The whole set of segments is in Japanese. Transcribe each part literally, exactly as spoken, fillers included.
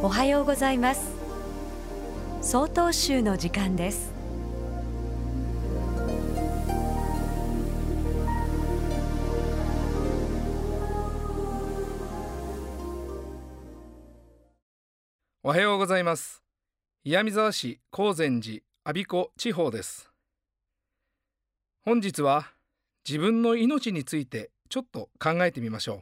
おはようございます。総統集の時間です。 おはようございます。岩見沢市高善寺我孫子地方です。本日は自分の命についてちょっと考えてみましょう。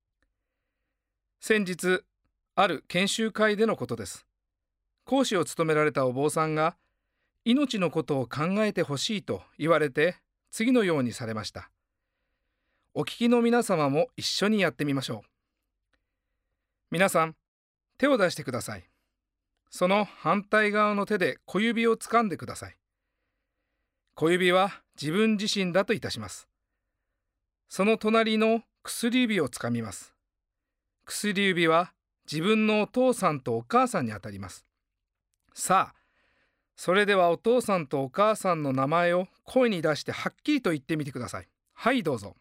先日ある研修会でのことです。講師を務められたお坊さんが命のことを考えてほしいと言われて次のようにされました。お聞きの皆様も一緒にやってみましょう。皆さん、手を出してください。その反対側の手で小指を掴んでください。小指は自分自身だといたします。その隣の薬指を掴みます。薬指は自分のお父さんとお母さんにあたります。さあ、それではお父さんとお母さんの名前を声に出してはっきりと言ってみてください。はい、どうぞ。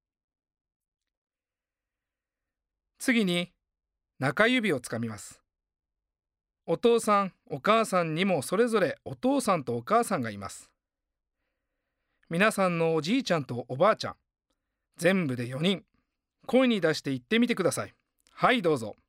次に中指を掴みます。お父さん、お母さんにもそれぞれお父さんとお母さんがいます。皆さんのおじいちゃんとおばあちゃん、全部でよにん、声に出して言ってみてください。はい、どうぞ。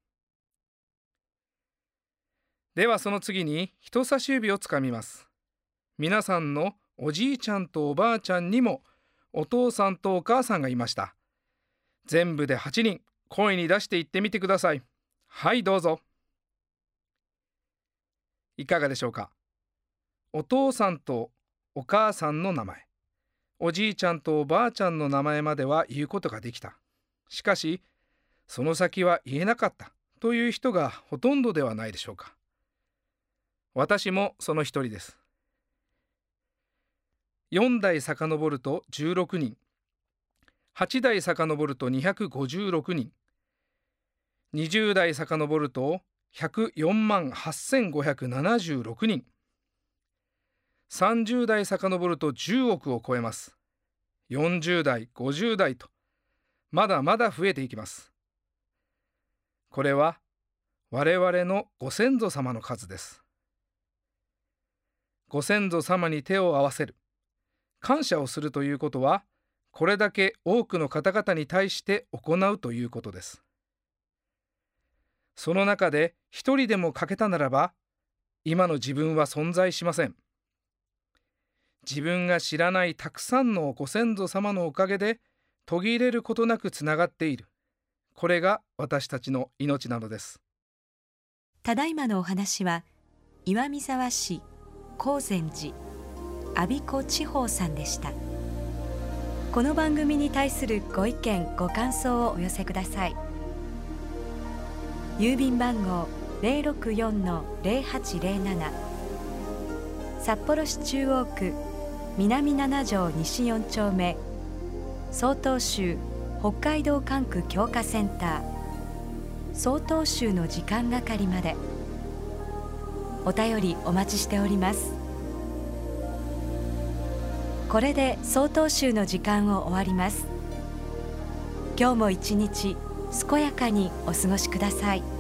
ではその次に人差し指をつかみます。皆さんのおじいちゃんとおばあちゃんにもお父さんとお母さんがいました。全部ではちにん、声に出して言ってみてください。はい、どうぞ。いかがでしょうか。お父さんとお母さんの名前、おじいちゃんとおばあちゃんの名前までは言うことができた。しかし、その先は言えなかったという人がほとんどではないでしょうか。私もその一人です。よん代遡るとじゅうろくにん、はち代遡るとにひゃくごじゅうろくにん、にじゅう代遡るとひゃくよんまんはっせんごひゃくななじゅうろくにん、さんじゅう代遡るとじゅうおくを超えます。よんじゅう代、ごじゅう代とまだまだ増えていきます。これは我々のご先祖様の数です。ご先祖様に手を合わせる、感謝をするということは、これだけ多くの方々に対して行うということです。その中で一人でも欠けたならば、今の自分は存在しません。自分が知らないたくさんのご先祖様のおかげで途切れることなくつながっている。これが私たちの命なのです。 ただいまのお話は岩見沢市高善寺我孫子地方さんでした。この番組に対するご意見ご感想をお寄せください。郵便番号 ゼロろくよんのゼロはちゼロなな、 札幌市中央区南なな条西よん丁目、曹洞宗北海道管区強化センター曹洞宗の時間係まで。お便りお待ちしております。これで曹洞宗の時間を終わります。今日も一日健やかにお過ごしください。